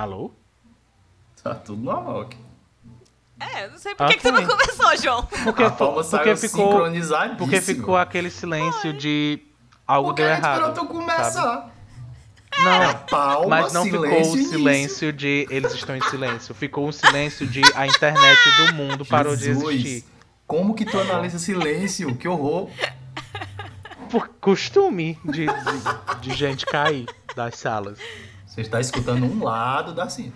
Alô? Tá tudo normal aqui. Não sei por que tu não começou, João. Porque ficou aquele silêncio de algo deu errado. Porque a gente esperou tu começar. Sabe? Não, mas não ficou o silêncio de eles estão em silêncio. Ficou um silêncio de a internet do mundo parou de existir. Como que tu analisa silêncio? Que horror. Por costume de gente cair das salas. Você está escutando um lado da cena.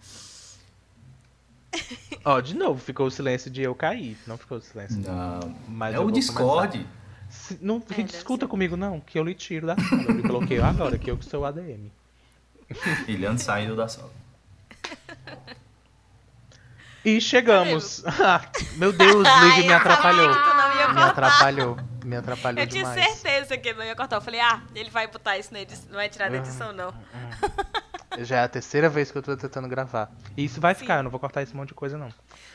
Ó, de novo, ficou o silêncio de eu cair. Não ficou o silêncio. Não, mas é o Discord. Não discuta comigo, não, que eu lhe tiro da sala. Eu lhe coloquei agora, que eu que sou o ADM. Ilhando saindo da sala. E chegamos. Meu Deus, Liv me atrapalhou. Me atrapalhou eu demais. tinha certeza que ele não ia cortar. Eu falei, ele vai botar isso na edição. Não vai tirar da edição, não. Já é a terceira vez que eu tô tentando gravar. E isso vai ficar, eu não vou cortar esse monte de coisa, não.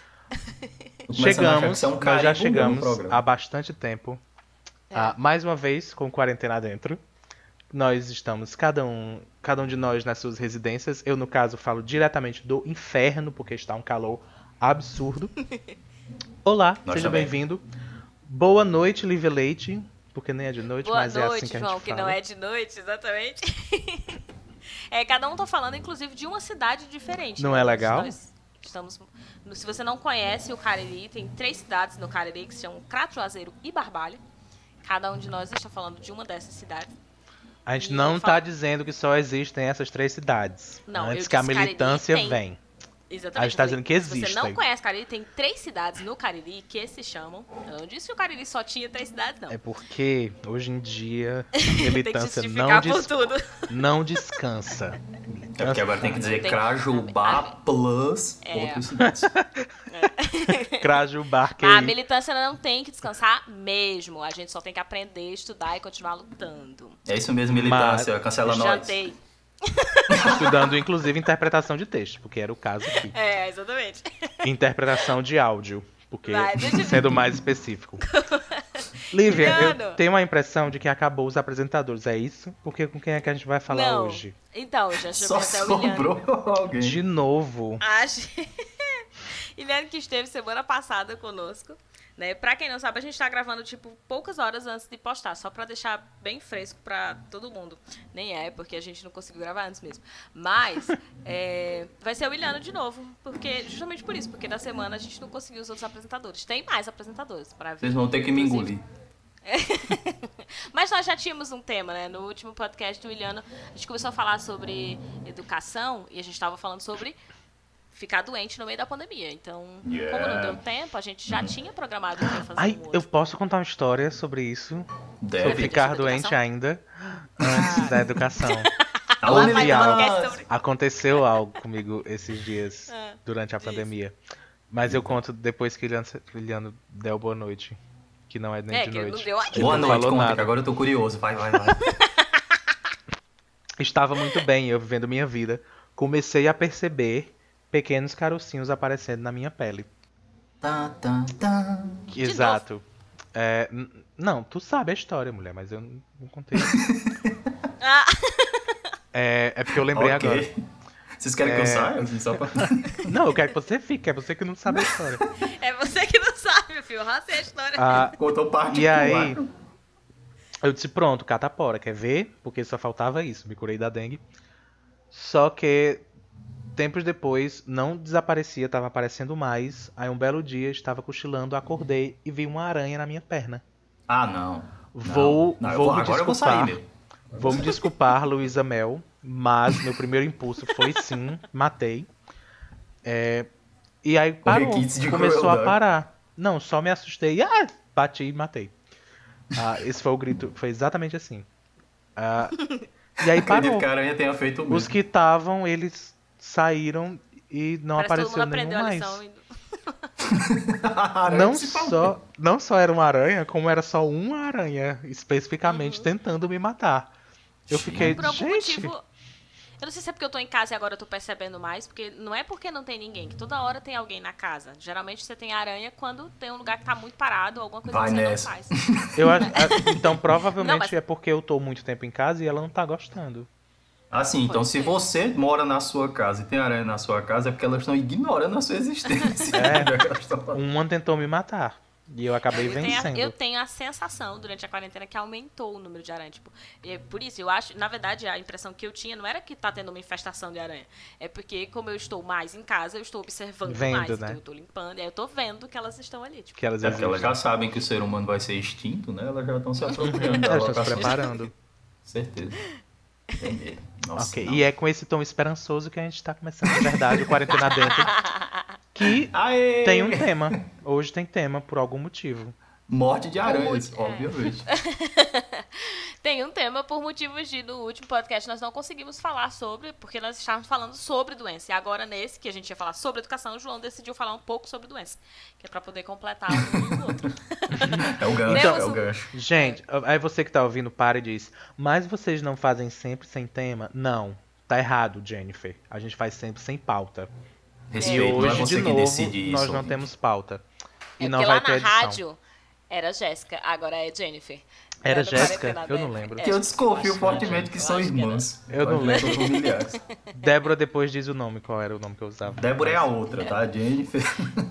Chegamos, nós já chegamos há bastante tempo. Mais uma vez, com quarentena dentro. Nós estamos, cada um de nós nas suas residências. Eu, no caso, falo diretamente do inferno, porque está um calor absurdo. Olá, seja bem-vindo. Boa noite, Liv Leite. Porque nem é de noite, mas é assim que a gente fala. Boa noite, João, que não é de noite, exatamente. Cada um tá falando, inclusive, de uma cidade diferente. Não é legal? Nós estamos... Se você não conhece o Cariri, tem 3 cidades no Cariri que se chamam Crato, Juazeiro e Barbalha. Cada um de nós está falando de uma dessas cidades. A gente não está dizendo que só existem essas 3 cidades. Não, antes que a militância vem. Exatamente. A gente está dizendo que existem. Se você não conhece Cariri, tem 3 cidades no Cariri que se chamam... Eu não disse que o Cariri só tinha 3 cidades, não. É porque, hoje em dia, a militância não descansa. É porque agora tem que dizer Crajubá plus outras cidades. Crajubá, que a militância não tem que descansar mesmo. A gente só tem que aprender, estudar e continuar lutando. É isso mesmo, militância. Cancela nós. Jantei. Estudando, inclusive, interpretação de texto, porque era o caso aqui. Exatamente. Interpretação de áudio, porque sendo mais específico. Lívia, eu tenho a impressão de que acabou os apresentadores, é isso? Porque com quem é que a gente vai falar hoje? Então, já só sobrou alguém. De novo. Iliane que esteve semana passada conosco. Né? Pra quem não sabe, a gente tá gravando, poucas horas antes de postar, só pra deixar bem fresco pra todo mundo. Nem porque a gente não conseguiu gravar antes mesmo. Mas, vai ser o Iliano de novo, justamente por isso, porque na semana a gente não conseguiu os outros apresentadores. Tem mais apresentadores pra ver. Vocês vão ter que me engolir. Mas nós já tínhamos um tema, né? No último podcast do Iliano, a gente começou a falar sobre educação e a gente tava falando sobre... ficar doente no meio da pandemia. Então, como não deu tempo, a gente já tinha programado que ia fazer um outro. Eu posso contar uma história sobre isso? Sobre ficar doente ainda antes da educação. Aconteceu algo comigo esses dias durante a pandemia. Mas eu conto depois que o Iliano der boa noite. Que não é nem de noite. Boa noite, conta, que agora eu tô curioso. Vai. Estava muito bem, eu vivendo minha vida. Comecei a perceber pequenos carocinhos aparecendo na minha pele. Exato. Não, tu sabe a história, mulher, mas eu não contei. É porque eu lembrei agora. Vocês querem que eu saia? Só pra... Não, eu quero que você fique, é você que não sabe a história. É você que não sabe, meu filho. Eu sei a história. Contou parte e aí, eu disse, pronto, catapora, quer ver? Porque só faltava isso, me curei da dengue. Só que... tempos depois, não desaparecia, tava aparecendo mais. Aí um belo dia, estava cochilando, acordei e vi uma aranha na minha perna. Não. Vou me agora desculpar. Eu vou sair, meu. Vou me desculpar, Luísa Mel, mas meu primeiro impulso foi sim, matei. E aí parou, começou a parar. Não, só me assustei, bati e matei. Esse foi o grito, foi exatamente assim. E aí parou. Acredito que a aranha tenha feito o mesmo. Os que estavam, eles saíram e não apareceu nenhum mais. Não só era uma aranha, como era só uma aranha, especificamente tentando me matar. Eu fiquei, por algum gente... motivo, eu não sei se é porque eu tô em casa e agora eu tô percebendo mais, porque não é porque não tem ninguém, que toda hora tem alguém na casa. Geralmente você tem aranha quando tem um lugar que tá muito parado, alguma coisa que você não faz. Então provavelmente é porque eu tô muito tempo em casa e ela não tá gostando. Assim, então se você mora na sua casa e tem aranha na sua casa, é porque elas estão ignorando a sua existência. Uma tentou me matar. E eu acabei vencendo. Eu tenho a sensação, durante a quarentena, que aumentou o número de aranha. Tipo, por isso, eu acho... Na verdade, a impressão que eu tinha não era que tá tendo uma infestação de aranha. É porque, como eu estou mais em casa, eu estou observando mais. Né? Então, eu tô limpando. E aí eu tô vendo que elas estão ali. Tipo. Que elas porque elas já sabem que o ser humano vai ser extinto, né? Elas já estão se apropriando. Elas estão se preparando. Certeza. Nossa, ok, e é com esse tom esperançoso que a gente tá começando, na verdade, o Quarentena Dentro. Que tem um tema. Hoje tem tema, por algum motivo. Morte de aranhas, obviamente. Tem um tema por motivos de, no último podcast, nós não conseguimos falar sobre, porque nós estávamos falando sobre doença. E agora, nesse, que a gente ia falar sobre educação, o João decidiu falar um pouco sobre doença. Que é pra poder completar um e o outro. É o gancho, então, é o gancho. Gente, aí você que tá ouvindo, para e diz, mas vocês não fazem sempre sem tema? Não, tá errado, Jennifer. A gente faz sempre sem pauta. Respeito, e hoje, não é você de que novo, decide isso, nós não ouvinte. temos pauta. E não porque vai lá ter na edição. rádio era Jéssica, agora é Jennifer. Era Jéssica? Eu não lembro. Que eu desconfio fortemente que são irmãs. Eu não lembro. São familiares. Débora depois diz o nome, qual era o nome que eu usava. Débora é a outra, tá? Jennifer.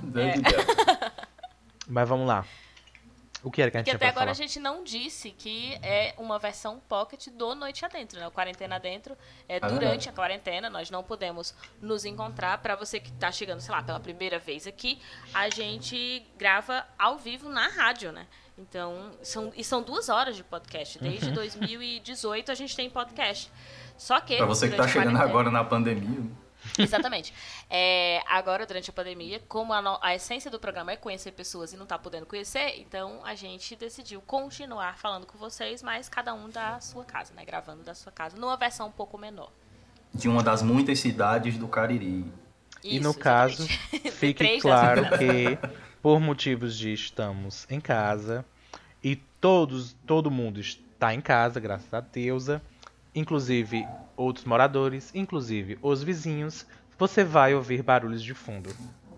Mas vamos lá. O que era que a gente Porque tinha até pra agora falar? a gente não disse que é uma versão pocket do Noite Adentro, né? O Quarentena Adentro é durante a quarentena, nós não podemos nos encontrar. Pra você que tá chegando, sei lá, pela primeira vez aqui, a gente grava ao vivo na rádio, né? Então, são 2 horas de podcast. Desde 2018 a gente tem podcast. Só que... Pra você que tá chegando agora na pandemia... Exatamente. Agora, durante a pandemia, como a essência do programa é conhecer pessoas e não tá podendo conhecer, então a gente decidiu continuar falando com vocês, mas cada um da sua casa, né? Gravando da sua casa, numa versão um pouco menor. De uma das muitas cidades do Cariri. E no caso, fique claro que, por motivos de estamos em casa, e todo mundo está em casa, graças a Deusa, inclusive outros moradores, inclusive os vizinhos, você vai ouvir barulhos de fundo.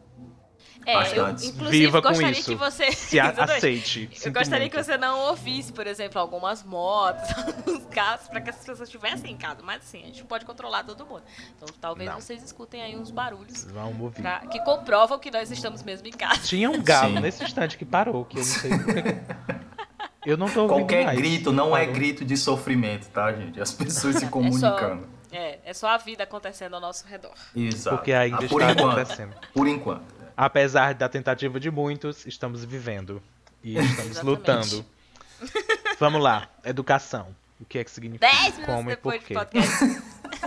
Viva com isso. Que você... Se aceite. Eu gostaria que você não ouvisse, por exemplo, algumas motos, alguns carros, para que as pessoas estivessem em casa. Mas assim, a gente não pode controlar todo mundo. Então talvez vocês escutem aí uns barulhos que comprovam que nós estamos mesmo em casa. Tinha um galo nesse instante que parou, que eu não sei porque... Eu não tô ouvindo Qualquer mais. grito não é grito de sofrimento, tá, gente? As pessoas se comunicando. É só a vida acontecendo ao nosso redor. Exato. Porque ainda está acontecendo. Por enquanto. Apesar da tentativa de muitos, estamos vivendo. E estamos lutando. Vamos lá. Educação. O que é que significa? 10 minutos como depois e por quê? do podcast.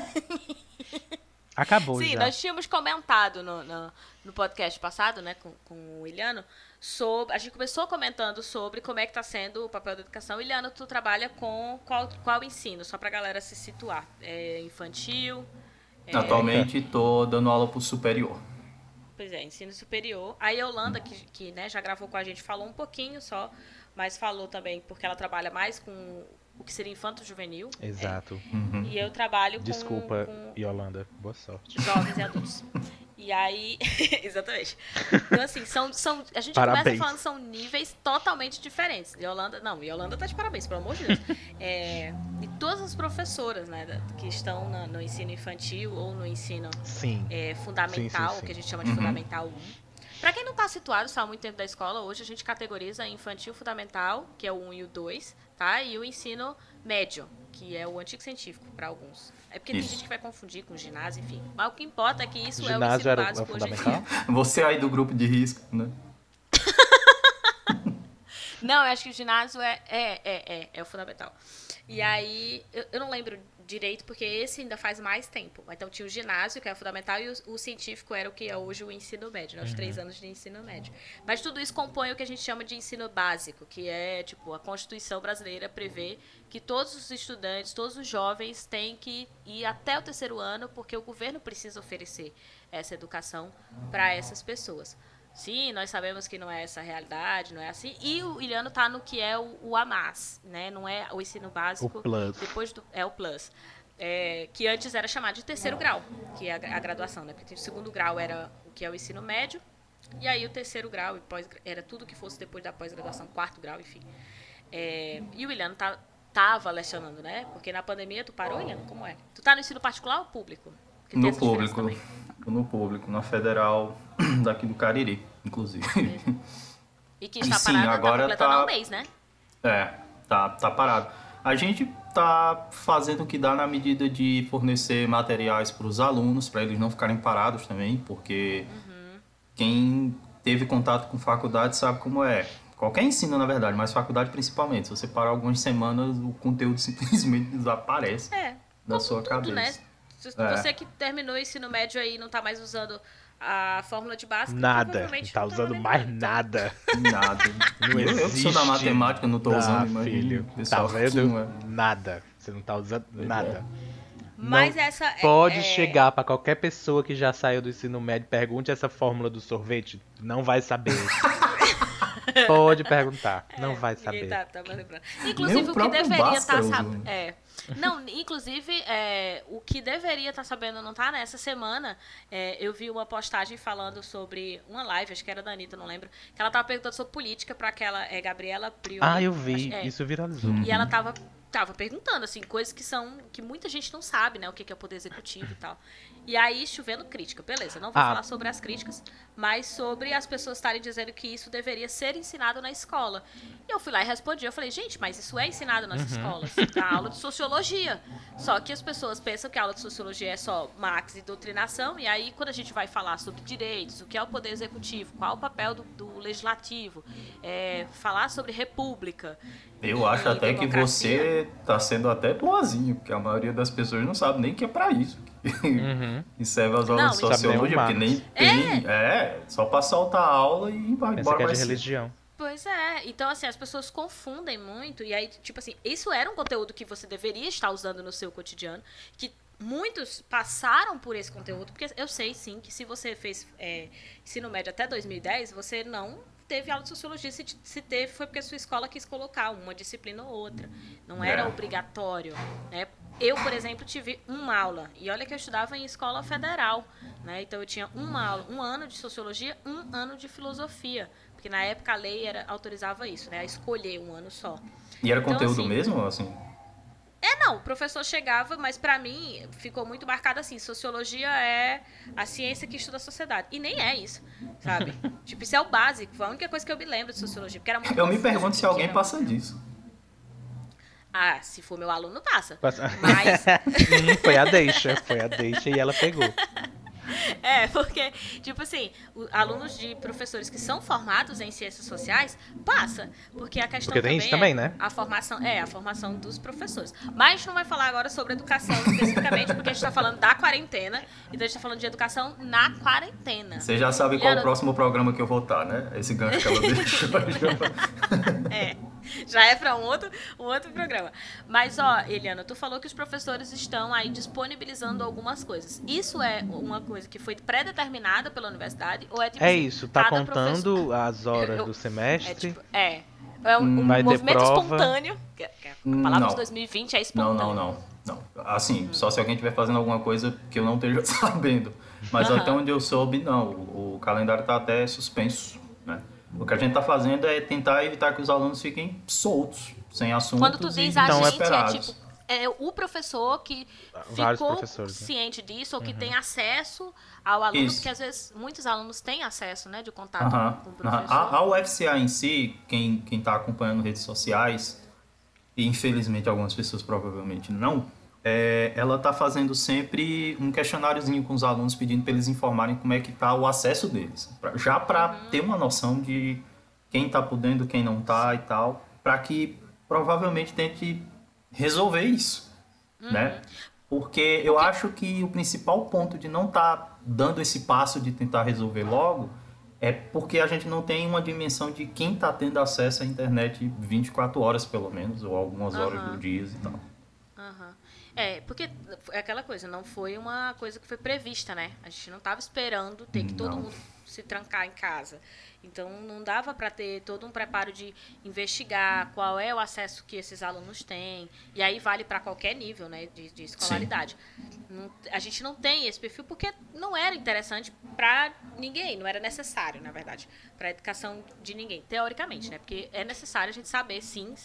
Acabou já. Sim, nós tínhamos comentado no podcast passado, né, com o Iliano, a gente começou comentando sobre como é que está sendo o papel da educação. Iliano, tu trabalha com qual ensino? Só para a galera se situar. É infantil? Atualmente estou dando aula pro superior. Pois é, ensino superior. A Yolanda, que né, já gravou com a gente, falou um pouquinho só, mas falou também porque ela trabalha mais com o que seria infanto-juvenil. Exato. E eu trabalho Desculpa, Yolanda. Boa sorte. Jovens e adultos. E aí... Exatamente. Então, assim, a gente parabéns. Começa falando são níveis totalmente diferentes. Yolanda tá de parabéns, pelo amor de Deus. E todas as professoras, né, que estão no ensino infantil ou no ensino fundamental, sim. Que a gente chama de fundamental 1. Para quem não está situado, está há muito tempo da escola, hoje a gente categoriza infantil fundamental, que é o 1 e o 2, tá? E o ensino médio, que é o antigo científico para alguns. É porque tem gente que vai confundir com ginásio, enfim. Mas o que importa é que isso é o ensino básico hoje em dia. Você aí do grupo de risco, né? Não, eu acho que o ginásio é o fundamental. E aí, eu não lembro direito, porque esse ainda faz mais tempo. Então tinha o ginásio, que é o fundamental, e o científico era o que é hoje o ensino médio, né? Os 3 anos de ensino médio. Mas tudo isso compõe o que a gente chama de ensino básico, que é, tipo, a Constituição brasileira prevê que todos os estudantes, todos os jovens têm que ir até o 3º ano, porque o governo precisa oferecer essa educação para essas pessoas. Sim, nós sabemos que não é essa a realidade, não é assim. E o Iliano está no que é o A+, né? Não é o ensino básico. O plus. Depois é o plus. Que antes era chamado de 3º grau, que é a graduação, né? Porque o 2º grau era o que é o ensino médio, e aí o 3º grau era tudo que fosse depois da pós-graduação, 4º grau, enfim. E o Iliano está tava lecionando, né? Porque na pandemia tu parou, Eliana? Como é? Tu tá no ensino particular ou público? No público. No público, na Federal daqui do Cariri, inclusive. E que está parado, agora tá completando um mês, né? Tá parado. A gente tá fazendo o que dá na medida de fornecer materiais para os alunos, para eles não ficarem parados também, porque quem teve contato com faculdade sabe como é. Qualquer ensino, na verdade, mas faculdade principalmente. Se você parar algumas semanas, o conteúdo simplesmente desaparece da sua cabeça. Né? Você que terminou o ensino médio aí e não tá mais usando a fórmula de Bhaskara, nada, não tá usando mais nada. Nada. Eu que sou da matemática, não tô usando, filho, tá vendo? Nada. Você não tá usando nada. Mas não essa pode chegar pra qualquer pessoa que já saiu do ensino médio, pergunte essa fórmula do sorvete, não vai saber. Pode perguntar, não vai saber. Tá inclusive o que deveria estar sabendo. Não, inclusive o que deveria estar sabendo não tá nessa semana. Eu vi uma postagem falando sobre uma live, acho que era da Anitta, não lembro, que ela tava perguntando sobre política pra aquela Gabriela Prioli. Eu vi, isso viralizou. E ela tava perguntando, assim, coisas que muita gente não sabe, né? O que é o poder executivo e tal. E aí, chovendo crítica. Beleza, não vou falar sobre as críticas, mas sobre as pessoas estarem dizendo que isso deveria ser ensinado na escola. E eu fui lá e respondi. Eu falei, gente, mas isso é ensinado nas escolas, na aula de sociologia. Só que as pessoas pensam que a aula de sociologia é só Marx e doutrinação, e aí, quando a gente vai falar sobre direitos, o que é o poder executivo, qual é o papel do legislativo, falar sobre república... Eu acho até que você tá sendo até boazinho, porque a maioria das pessoas não sabe nem que é pra isso. E serve as aulas de sociologia, porque nem tem. Só pra soltar a aula e vai embora. Que é de religião. Pois é, então assim, as pessoas confundem muito, e aí, tipo assim, isso era um conteúdo que você deveria estar usando no seu cotidiano, que muitos passaram por esse conteúdo, porque eu sei sim que se você fez ensino médio até 2010, você não teve aula de sociologia, se teve foi porque a sua escola quis colocar uma disciplina ou outra, não era obrigatório, né? Eu, por exemplo, tive uma aula, e olha que eu estudava em escola federal, né? Então eu tinha uma aula, 1 ano de sociologia, 1 ano de filosofia, porque na época a lei autorizava isso, né? A escolher 1 ano só. E era então, conteúdo assim, mesmo, assim? Não, o professor chegava, mas pra mim ficou muito marcado assim, sociologia é a ciência que estuda a sociedade. E nem é isso, sabe? Tipo, isso é o básico, foi a única coisa que eu me lembro de sociologia, porque era muito Eu me pergunto se alguém passa disso. Se for meu aluno, passa. Mas... foi a deixa e ela pegou. Porque, tipo assim, alunos de professores que são formados em ciências sociais, passa. Porque a questão tem isso também, né? A formação dos professores. Mas a gente não vai falar agora sobre educação especificamente, porque a gente tá falando da quarentena. Então a gente tá falando de educação na quarentena. Você já sabe qual é o próximo programa que eu vou estar, né? Esse gancho que ela deixou. Já é para um outro programa. Mas, Eliana, tu falou que os professores estão aí disponibilizando algumas coisas. Isso é uma coisa que foi pré-determinada pela universidade? Ou tipo isso, tá contando as horas do semestre? É um movimento espontâneo. A palavra de 2020 é espontâneo. Não. Assim, só se alguém estiver fazendo alguma coisa que eu não esteja sabendo. Mas até onde eu soube, não. O calendário tá até suspenso, né? O que a gente está fazendo é tentar evitar que os alunos fiquem soltos, sem assuntos. Quando tu diz a gente, esperados. O professor que ficou ciente disso, ou que tem acesso ao aluno, porque às vezes muitos alunos têm acesso, né, de contato com o professor. A UFCA em si, quem está acompanhando redes sociais, e infelizmente algumas pessoas provavelmente não, ela está fazendo sempre um questionáriozinho com os alunos, pedindo para eles informarem como é que está o acesso deles. Já para ter uma noção de quem está podendo, quem não está e tal, para que provavelmente tente resolver isso, né? Porque eu acho que o principal ponto de não estar dando esse passo de tentar resolver logo é porque a gente não tem uma dimensão de quem está tendo acesso à internet 24 horas pelo menos, ou algumas horas do dia e tal. Porque é aquela coisa, não foi uma coisa que foi prevista, né? A gente não estava esperando ter que todo mundo se trancar em casa. Então, não dava para ter todo um preparo de investigar qual é o acesso que esses alunos têm. E aí vale para qualquer nível, né, de escolaridade. Não, a gente não tem esse perfil porque não era interessante para ninguém, não era necessário, na verdade, para a educação de ninguém, teoricamente, né? Porque é necessário a gente saber, sim,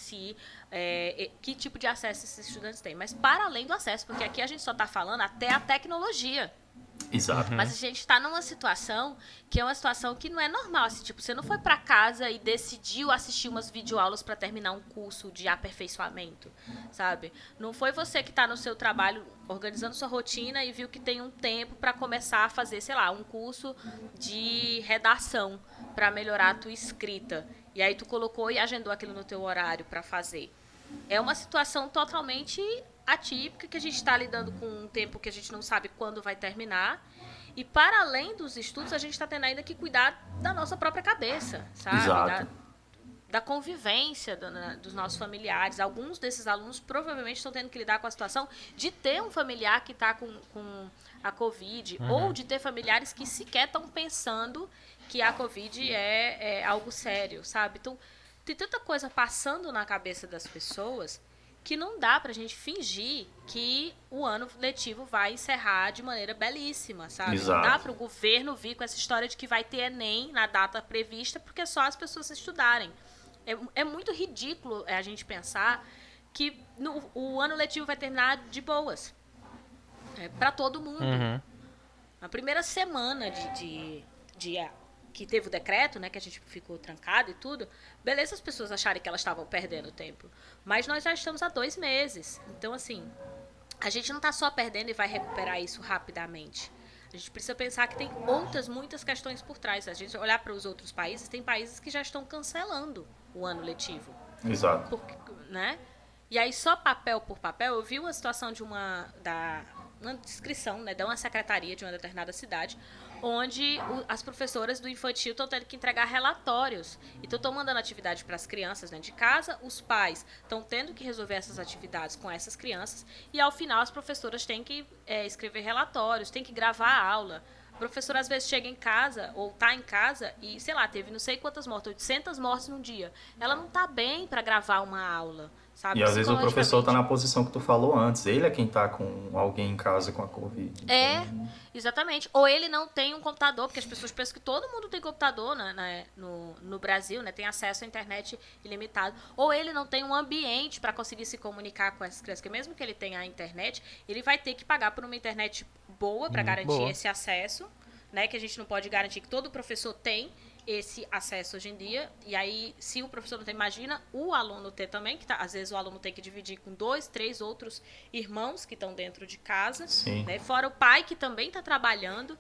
que tipo de acesso esses estudantes têm. Mas para além do acesso, porque aqui a gente só está falando até a tecnologia. Exato. Mas a gente está numa situação que é uma situação que não é normal. Assim, tipo, você não foi para casa e decidiu assistir umas videoaulas para terminar um curso de aperfeiçoamento, sabe? Não foi você que está no seu trabalho organizando sua rotina e viu que tem um tempo para começar a fazer, sei lá, um curso de redação para melhorar a tua escrita. E aí tu colocou e agendou aquilo no teu horário para fazer. É uma situação totalmente atípica, que a gente está lidando com um tempo que a gente não sabe quando vai terminar. E para além dos estudos, a gente está tendo ainda que cuidar da nossa própria cabeça, sabe? Exato. Da convivência dos nossos familiares. Alguns desses alunos provavelmente estão tendo que lidar com a situação de ter um familiar que está com a Covid, ou de ter familiares que sequer estão pensando que a Covid é algo sério, sabe? Então, tem tanta coisa passando na cabeça das pessoas que não dá pra gente fingir que o ano letivo vai encerrar de maneira belíssima, sabe? Exato. Não dá pro governo vir com essa história de que vai ter Enem na data prevista porque só as pessoas estudarem. É muito ridículo a gente pensar que o ano letivo vai terminar de boas. Pra todo mundo. Na primeira semana que teve o decreto, né, que a gente ficou trancado e tudo, beleza as pessoas acharem que elas estavam perdendo tempo. Mas nós já estamos há 2 meses. Então, assim, a gente não está só perdendo e vai recuperar isso rapidamente. A gente precisa pensar que tem muitas questões por trás. Se a gente olhar para os outros países, tem países que já estão cancelando o ano letivo. Exato. Né? E aí, só papel por papel, eu vi uma situação de uma descrição, né, de uma secretaria de uma determinada cidade, onde as professoras do infantil estão tendo que entregar relatórios. Então, estão mandando atividade para as crianças dentro de casa, os pais estão tendo que resolver essas atividades com essas crianças, e ao final as professoras têm que escrever relatórios, têm que gravar a aula. A professora às vezes chega em casa, ou está em casa, e, sei lá, teve não sei quantas mortes, 800 mortes num dia. Ela não está bem para gravar uma aula. Sabe? E às vezes o professor está na posição que tu falou antes. Ele é quem está com alguém em casa com a Covid. Exatamente. Ou ele não tem um computador, porque as pessoas pensam que todo mundo tem computador no Brasil, né? Tem acesso à internet ilimitado. Ou ele não tem um ambiente para conseguir se comunicar com essas crianças. Porque mesmo que ele tenha a internet, ele vai ter que pagar por uma internet boa para garantir esse acesso, né? Que a gente não pode garantir que todo professor tem esse acesso hoje em dia. E aí, se o professor não tem, imagina o aluno ter também, que às vezes o aluno tem que dividir com 2, 3 outros irmãos que estão dentro de casa, né? Fora o pai que também está trabalhando,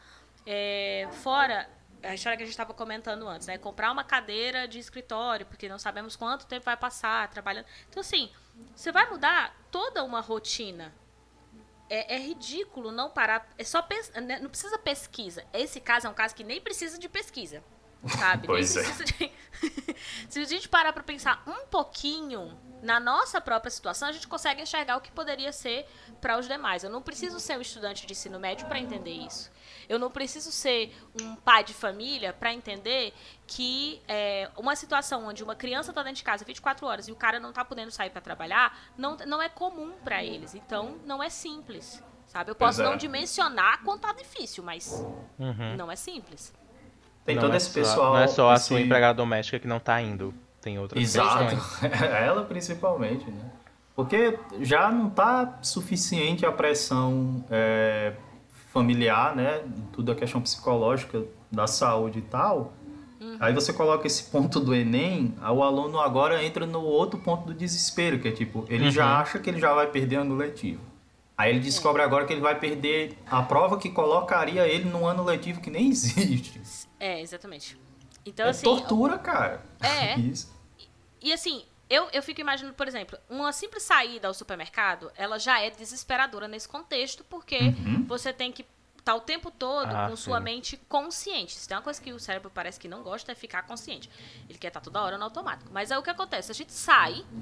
fora a história que a gente estava comentando antes, né? Comprar uma cadeira de escritório, porque não sabemos quanto tempo vai passar trabalhando. Então, assim, você vai mudar toda uma rotina. É ridículo não parar, não precisa pesquisa. Esse caso é um caso que nem precisa de pesquisa. Sabe? Pois Se a gente parar para pensar um pouquinho na nossa própria situação, a gente consegue enxergar o que poderia ser para os demais. Eu não preciso ser um estudante de ensino médio para entender isso. Eu não preciso ser um pai de família para entender que uma situação onde uma criança está dentro de casa 24 horas e o cara não está podendo sair para trabalhar, não é comum para eles. Então, não é simples. Sabe? Eu posso não dimensionar quanto tá difícil, mas não é simples. Tem todo esse pessoal... Não é só a sua empregada doméstica que não tá indo. Tem outras questões. Ela principalmente, né? Porque já não tá suficiente a pressão familiar, né? Tudo a questão psicológica da saúde e tal. Aí você coloca esse ponto do Enem, o aluno agora entra no outro ponto do desespero, que é tipo, ele já acha que ele já vai perder ano letivo. Aí ele descobre agora que ele vai perder a prova que colocaria ele num ano letivo que nem existe. Exatamente. Então, assim, tortura, cara. Isso. E assim, eu fico imaginando, por exemplo, uma simples saída ao supermercado, ela já é desesperadora nesse contexto, porque você tem que estar o tempo todo com sua mente consciente. Se tem uma coisa que o cérebro parece que não gosta, é ficar consciente. Ele quer estar toda hora no automático. Mas aí o que acontece? A gente sai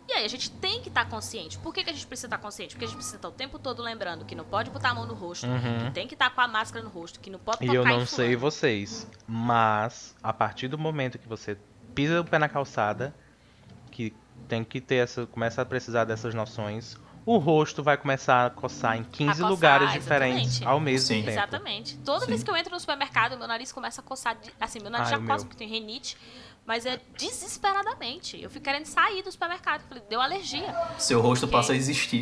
E aí a gente tem que estar consciente. Por que a gente precisa estar consciente? Porque a gente precisa estar o tempo todo lembrando que não pode botar a mão no rosto, que tem que estar com a máscara no rosto, que não pode tocar E eu não em sei fulano. vocês, mas a partir do momento que você pisa o pé na calçada, que tem que ter começa a precisar dessas noções, o rosto vai começar a coçar em 15 lugares diferentes ao mesmo tempo. Exatamente. Toda vez que eu entro no supermercado, meu nariz começa a coçar, assim, meu nariz já coça porque tem rinite, mas é desesperadamente. Eu fico querendo sair do supermercado, falei, deu alergia. Seu rosto passa a existir.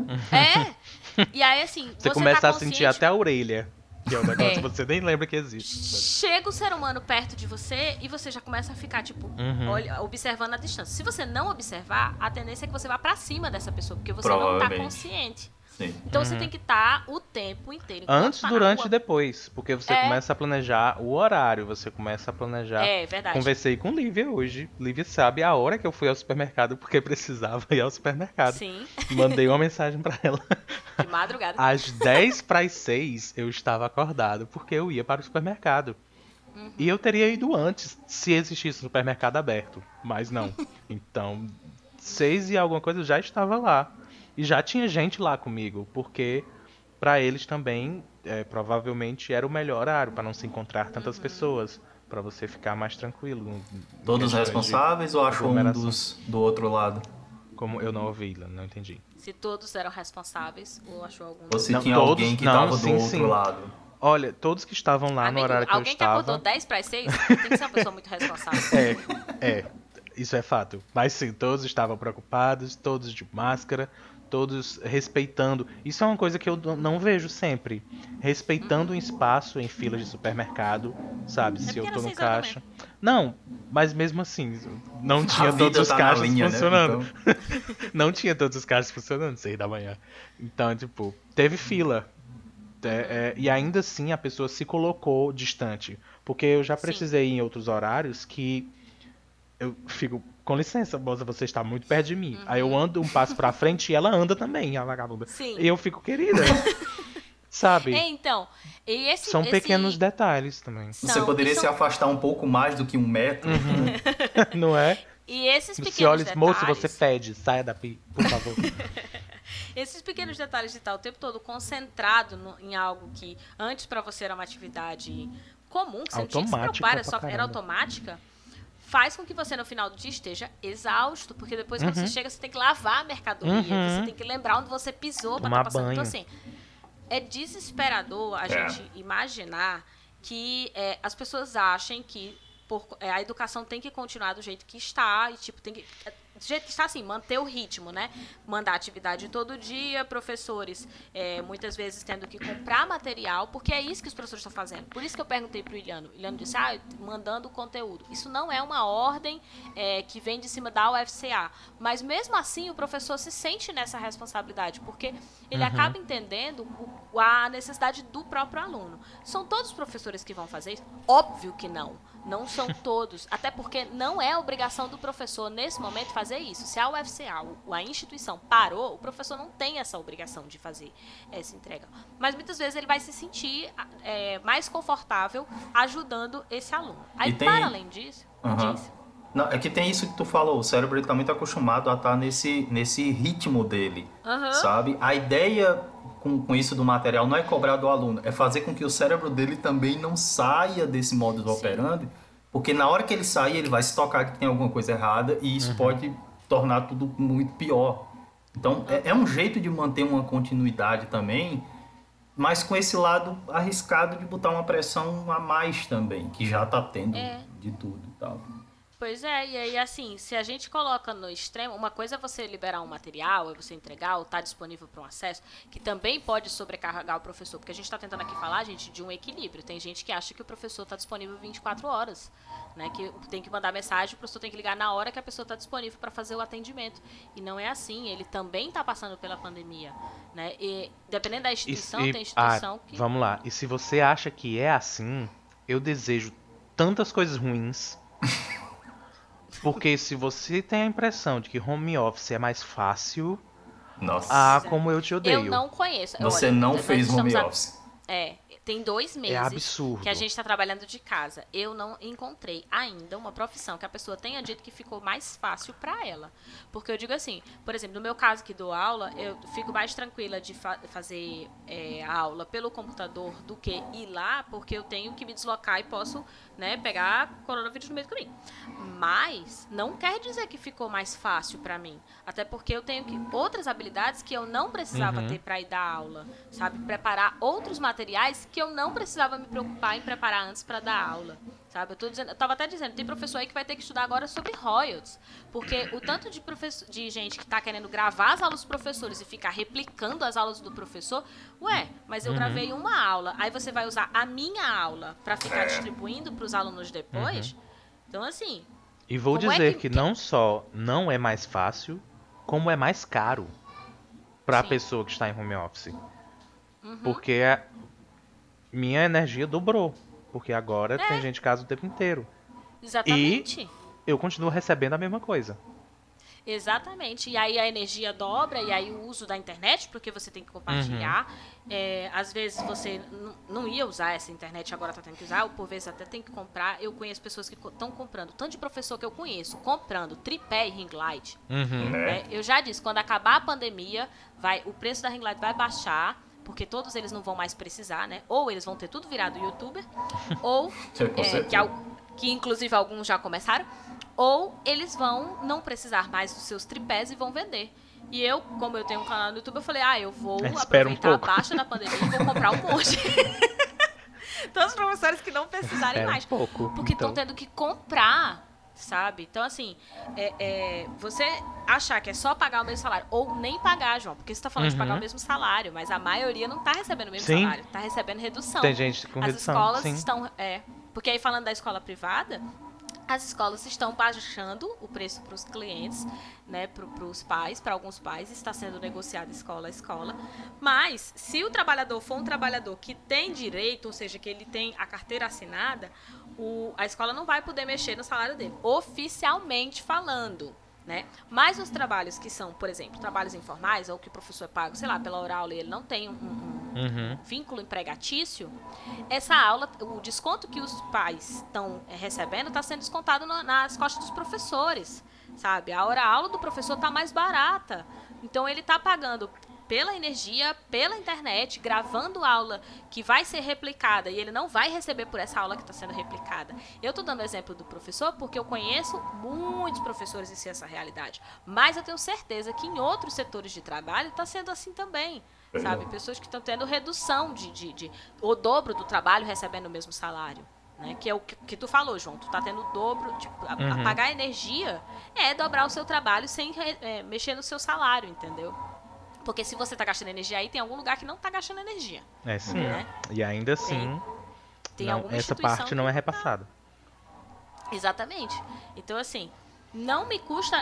E aí, assim, você começa a sentir até a orelha. Que é um negócio que você nem lembra que existe. Chega o ser humano perto de você e você já começa a ficar, tipo, observando a distância. Se você não observar, a tendência é que você vá pra cima dessa pessoa, porque você não tá consciente. Sim. Então você tem que estar o tempo inteiro. Antes, durante e depois. Porque você começa a planejar o horário, você começa a planejar. É verdade. Conversei com Lívia hoje. Lívia sabe a hora que eu fui ao supermercado porque precisava ir ao supermercado. Sim. Mandei uma mensagem pra ela. De madrugada. Às 10:50 eu estava acordado porque eu ia para o supermercado. E eu teria ido antes se existisse um supermercado aberto. Mas não. Então, 6 e alguma coisa eu já estava lá. E já tinha gente lá comigo, porque pra eles também, provavelmente, era o melhor horário, pra não se encontrar tantas pessoas, pra você ficar mais tranquilo. Todos responsáveis ou achou um do outro lado? Como eu não ouvi, não entendi. Se todos eram responsáveis ou achou algum... Ou se tinha alguém que tava do outro lado? Olha, todos que estavam lá no horário que eu estava... Alguém que acordou 10:06 tem que ser uma pessoa muito responsável. Isso é fato. Mas sim, todos estavam preocupados, todos de máscara, todos respeitando. Isso é uma coisa que eu não vejo sempre. Respeitando um espaço em filas de supermercado, sabe? Se eu tô no caixa. Não, mas mesmo assim, não tinha todos os caixas funcionando. Né? Então... não tinha todos os caixas funcionando 6 da manhã. Então, tipo, teve fila. E ainda assim a pessoa se colocou distante. Porque eu já precisei em outros horários que eu fico, com licença, moça, você está muito perto de mim. Aí eu ando um passo pra frente e ela anda também, a vagabunda. Sim. E eu fico, querida, sabe? Então, são pequenos detalhes também. Você poderia se afastar um pouco mais do que 1 metro. Não é? E esses pequenos detalhes... Moço, você pede, saia daqui, por favor. Esses pequenos detalhes de estar o tempo todo concentrado em algo que antes pra você era uma atividade comum, que você não tinha que se preocupar, era automática, faz com que você no final do dia esteja exausto, porque depois quando você chega, você tem que lavar a mercadoria, você tem que lembrar onde você pisou pra estar passando. Banho. Então, assim, é desesperador a gente imaginar que as pessoas achem que a educação tem que continuar do jeito que está, e tipo, tem que... Do jeito que está, assim, manter o ritmo, né? Mandar atividade todo dia, professores muitas vezes tendo que comprar material, porque é isso que os professores estão fazendo. Por isso que eu perguntei pro Iliano. Iliano disse, mandando conteúdo. Isso não é uma ordem que vem de cima da UFCA. Mas mesmo assim, o professor se sente nessa responsabilidade, porque ele acaba entendendo a necessidade do próprio aluno. São todos os professores que vão fazer isso? Óbvio que não. Não são todos, até porque não é obrigação do professor, nesse momento, fazer isso. Se a UFCA, a instituição, parou, o professor não tem essa obrigação de fazer essa entrega. Mas muitas vezes ele vai se sentir mais confortável ajudando esse aluno. Aí, para além disso, Não, é que tem isso que tu falou, o cérebro está muito acostumado a estar nesse ritmo dele, sabe? A ideia com isso do material não é cobrar do aluno, é fazer com que o cérebro dele também não saia desse modus operandi, porque na hora que ele sair, ele vai se tocar que tem alguma coisa errada e isso pode tornar tudo muito pior. Então, é um jeito de manter uma continuidade também, mas com esse lado arriscado de botar uma pressão a mais também, que já está tendo de tudo e tal. Pois é, e aí assim, se a gente coloca no extremo, uma coisa é você liberar um material, é você entregar ou estar disponível para um acesso, que também pode sobrecarregar o professor, porque a gente está tentando aqui falar, gente, de um equilíbrio. Tem gente que acha que o professor está disponível 24 horas, né, que tem que mandar mensagem, o professor tem que ligar na hora que a pessoa está disponível para fazer o atendimento. E não é assim, ele também está passando pela pandemia, né, e dependendo da instituição, tem instituição que... Vamos lá, e se você acha que é assim, eu desejo tantas coisas ruins... Porque se você tem a impressão de que home office é mais fácil... Nossa. Como eu te odeio. Eu não conheço. Você não fez home office. Tem 2 meses absurdo. que a gente está trabalhando de casa. Eu não encontrei ainda uma profissão que a pessoa tenha dito que ficou mais fácil para ela. Porque eu digo assim, por exemplo, no meu caso que dou aula, eu fico mais tranquila de fazer a aula pelo computador do que ir lá, porque eu tenho que me deslocar e posso, né, pegar coronavírus no meio do caminho. Mas não quer dizer que ficou mais fácil para mim. Até porque eu tenho outras habilidades que eu não precisava ter para ir dar aula, sabe? Preparar outros materiais que eu não precisava me preocupar em preparar antes para dar aula, sabe? Eu estava até dizendo, tem professor aí que vai ter que estudar agora sobre royalties, porque o tanto de gente que está querendo gravar as aulas dos professores e ficar replicando as aulas do professor, mas eu gravei uma aula, aí você vai usar a minha aula para ficar distribuindo para os alunos depois? Então, assim... E vou dizer que não só não é mais fácil, como é mais caro para a pessoa que está em home office. Porque minha energia dobrou. Porque agora tem gente em casa o tempo inteiro. Exatamente. E eu continuo recebendo a mesma coisa. Exatamente. E aí a energia dobra, e aí o uso da internet, porque você tem que compartilhar. Às vezes você não ia usar essa internet, agora tá tendo que usar, ou por vezes até tem que comprar. Eu conheço pessoas que estão comprando, tanto de professor que eu conheço, comprando tripé e ring light. Eu já disse, quando acabar a pandemia, o preço da ring light vai baixar, porque todos eles não vão mais precisar, né? Ou eles vão ter tudo virado youtuber, ou que inclusive alguns já começaram, ou eles vão não precisar mais dos seus tripés e vão vender. E eu, como eu tenho um canal no YouTube, eu falei, eu vou aproveitar a baixa da pandemia e vou comprar um monte. Todos os professores que não precisarem mais. Porque estão tendo que comprar, sabe? Então, assim, você achar que é só pagar o mesmo salário, ou nem pagar, João, porque você está falando de pagar o mesmo salário, mas a maioria não está recebendo o mesmo salário, está recebendo redução. Tem gente com redução. As escolas estão... porque aí, falando da escola privada, as escolas estão baixando o preço para os clientes, né, para os pais, para alguns pais, está sendo negociado escola a escola. Mas, se o trabalhador for um trabalhador que tem direito, ou seja, que ele tem a carteira assinada, a escola não vai poder mexer no salário dele, oficialmente falando, né? Mas os trabalhos que são, por exemplo, trabalhos informais, ou que o professor é pago, sei lá, pela hora aula, e ele não tem um vínculo empregatício, essa aula, o desconto que os pais estão recebendo está sendo descontado nas costas dos professores, sabe? A hora aula do professor está mais barata. Então, ele está pagando pela energia, pela internet, gravando aula que vai ser replicada e ele não vai receber por essa aula que está sendo replicada. Eu estou dando o exemplo do professor porque eu conheço muitos professores em essa realidade, mas eu tenho certeza que em outros setores de trabalho está sendo assim também, sabe? Pessoas que estão tendo redução de o dobro do trabalho recebendo o mesmo salário. Né? Que é o que tu falou, João. Tu tá tendo o dobro, pagar energia é dobrar o seu trabalho sem mexer no seu salário, entendeu? Porque se você tá gastando energia aí, tem algum lugar que não tá gastando energia. Sim. Né? E ainda assim, tem essa parte não é repassada. Exatamente. Então, assim, não me custa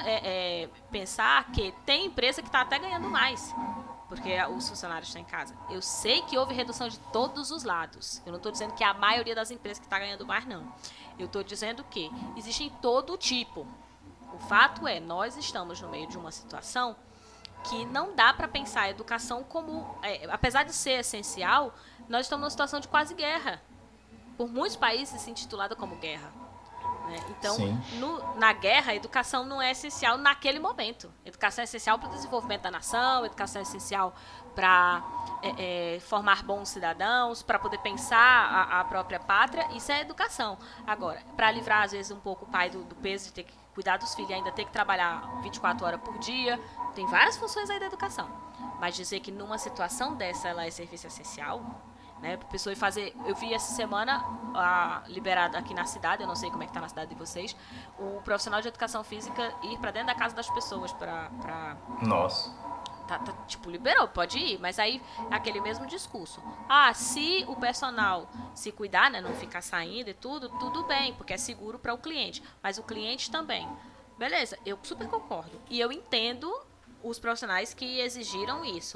pensar que tem empresa que tá até ganhando mais, porque os funcionários estão em casa. Eu sei que houve redução de todos os lados. Eu não estou dizendo que é a maioria das empresas que está ganhando mais, não. Eu estou dizendo que existe em todo tipo. O fato é, nós estamos no meio de uma situação que não dá para pensar a educação como... apesar de ser essencial, nós estamos numa situação de quase guerra. Por muitos países se intitulada como guerra. Né? Então, na guerra, a educação não é essencial naquele momento. A educação é essencial para o desenvolvimento da nação, a educação é essencial para formar bons cidadãos, para poder pensar a própria pátria. Isso é educação. Agora, para livrar, às vezes, um pouco o pai do peso de ter que cuidar dos filhos e ainda ter que trabalhar 24 horas por dia, tem várias funções aí da educação. Mas dizer que numa situação dessa ela é serviço essencial... Né, pra pessoa ir fazer... Eu vi essa semana liberado aqui na cidade, eu não sei como é que tá na cidade de vocês, o profissional de educação física ir para dentro da casa das pessoas pra... Nossa. Tipo, liberou, pode ir, mas aí aquele mesmo discurso. Se o personal se cuidar, né, não ficar saindo e tudo bem, porque é seguro para o cliente, mas o cliente também. Beleza, eu super concordo. E eu entendo os profissionais que exigiram isso.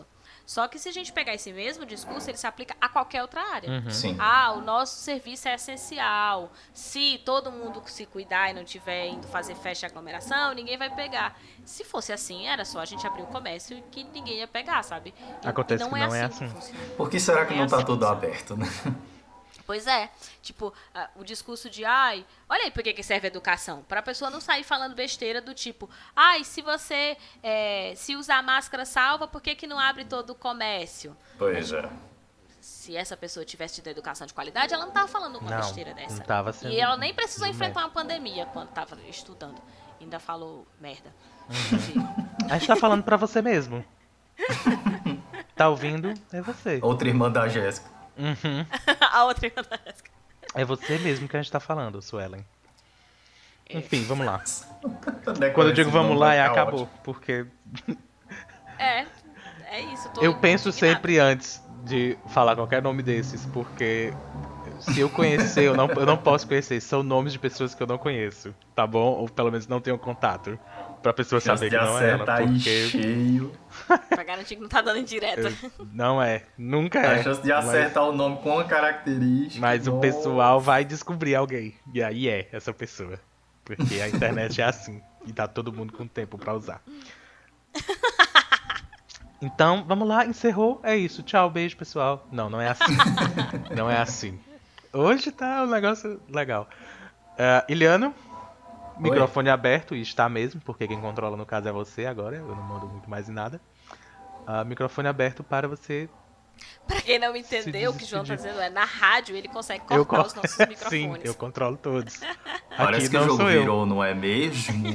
Só que se a gente pegar esse mesmo discurso, ele se aplica a qualquer outra área. Sim. O nosso serviço é essencial. Se todo mundo se cuidar e não tiver indo fazer festa e aglomeração, ninguém vai pegar. Se fosse assim, era só a gente abrir o comércio e que ninguém ia pegar, sabe? Acontece que não é assim. Por que será que não tá tudo aberto, né? Pois é, tipo, o discurso de, olha aí por que serve a educação. Pra pessoa não sair falando besteira do tipo, se você, se usar máscara salva, por que não abre todo o comércio? Pois é. Se essa pessoa tivesse tido educação de qualidade, ela não tava falando uma besteira dessa. Não tava sendo. E ela nem precisou enfrentar uma pandemia quando tava estudando. Ainda falou merda. A gente tá falando pra você mesmo. Tá ouvindo? É você. Outra irmã da Jéssica. A outra irmã da Jéssica. É você mesmo que a gente tá falando, Suelen. Enfim, vamos lá. Né, Quando eu digo vamos lá, acabou. Porque É isso. eu penso sempre antes de falar qualquer nome desses, porque se eu conhecer, eu não posso conhecer. São nomes de pessoas que eu não conheço, tá bom? Ou pelo menos não tenho contato. Pra pessoa saber que não é ela. Porque... cheio. Pra garantir que não tá dando indireta. Não é, nunca é. A chance de acertar o nome com uma característica. Mas o pessoal vai descobrir alguém. E aí é essa pessoa. Porque a internet é assim. E tá todo mundo com tempo pra usar. Então, vamos lá, encerrou. É isso. Tchau, beijo, pessoal. Não é assim. Não é assim. Hoje tá um negócio legal. Iliano, microfone aberto, e está mesmo, porque quem controla no caso é você agora. Eu não mando muito mais em nada. Microfone aberto para você. Pra quem não entendeu, o que o João tá dizendo na rádio ele consegue cortar os nossos microfones. Sim, eu controlo todos. Parece aqui que o jogo virou, não é mesmo?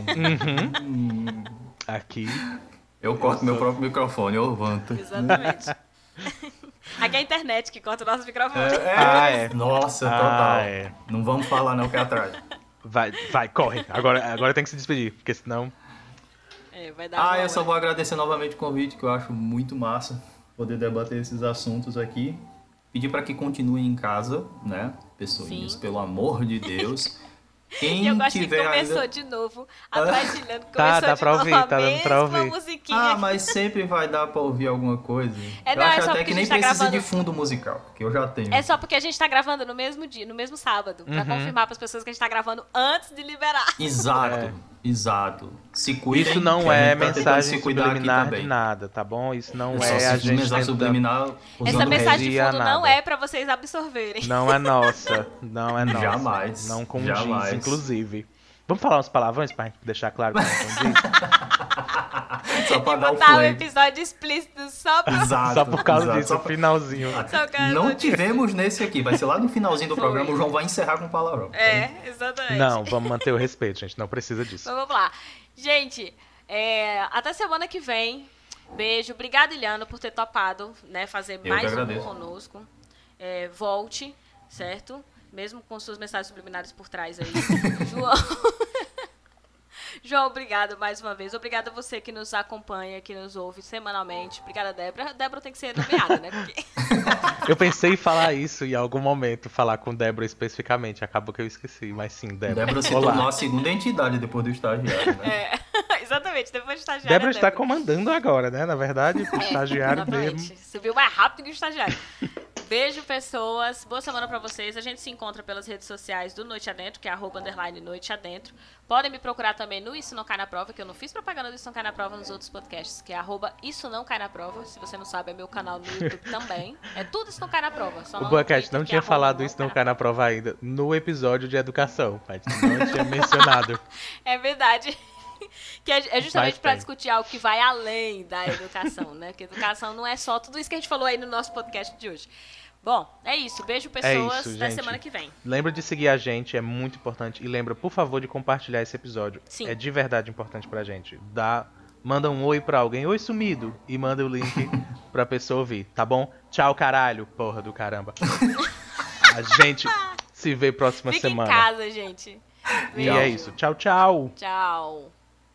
Aqui. Eu corto meu próprio microfone, eu levanto. Exatamente. Aqui é a internet que corta o nosso microfone. Nossa, total. Não vamos falar não, que é atrás. Vai, corre. Agora tem que se despedir, porque senão... vai dar eu só vou agradecer novamente o convite, que eu acho muito massa poder debater esses assuntos aqui. Pedir para que continuem em casa, né? Pessoinhas, pelo amor de Deus. Quem e eu gosto que começou ainda... de novo, atrás de Leandro, Tá começou pra ouvir, tá dando pra ouvir. Musiquinha. Mas sempre vai dar pra ouvir alguma coisa. Eu não, acho até que nem precisa gravando... de fundo musical, porque eu já tenho. É só porque a gente tá gravando no mesmo dia, no mesmo sábado, pra confirmar pras pessoas que a gente tá gravando antes de liberar. Exato. Se cuidem. Isso não é mensagem subliminar de nada, tá bom? Isso não é a gente tentando... Essa mensagem de fundo não é pra vocês absorverem. Não é nossa. Jamais. Não condiz, inclusive. Vamos falar uns palavrões pra gente deixar claro que não condiz? Só pra dar botar um episódio explícito só por causa disso, o finalzinho. Não tivemos nesse aqui, vai ser lá no finalzinho do programa, o João vai encerrar com palavrão. Exatamente. Não, vamos manter o respeito, gente, não precisa disso. Então vamos lá. Gente, até semana que vem. Beijo, obrigada, Iliano, por ter topado, né, fazer mais um conosco. Volte, certo? Mesmo com suas mensagens subliminares por trás aí. João, obrigado mais uma vez. Obrigada a você que nos acompanha, que nos ouve semanalmente. Obrigada, Débora. Débora tem que ser nomeada, né? Porque... Eu pensei em falar isso em algum momento, falar com Débora especificamente. Acabou que eu esqueci, mas sim, Débora. Débora se tornou a segunda entidade depois do estagiário, né? Exatamente, depois do estagiário. Débora está comandando agora, né? Na verdade, o estagiário mesmo. Subiu mais rápido que o estagiário. Beijo, pessoas. Boa semana pra vocês. A gente se encontra pelas redes sociais do Noite Adentro, que é @NoiteAdentro. Podem me procurar também no Isso Não Cai Na Prova, que eu não fiz propaganda do Isso Não Cai Na Prova nos outros podcasts, que é @Isso Não Cai Na Prova. Se você não sabe, é meu canal no YouTube também. É tudo Isso Não Cai Na Prova. Só o Boacast não tinha falado Isso Não Cai Na Prova ainda no episódio de educação. Mas não tinha mencionado. É verdade. Que é justamente para discutir algo que vai além da educação, né? Porque educação não é só tudo isso que a gente falou aí no nosso podcast de hoje. Bom, é isso. Beijo, pessoas. Até semana que vem. Lembra de seguir a gente, é muito importante. E lembra, por favor, de compartilhar esse episódio. Sim. É de verdade importante pra gente. Manda um oi pra alguém. Oi, sumido. E manda o link pra pessoa ouvir, tá bom? Tchau, caralho. Porra do caramba. A gente se vê próxima semana. Fica em casa, gente. E é isso. Tchau, tchau. Tchau.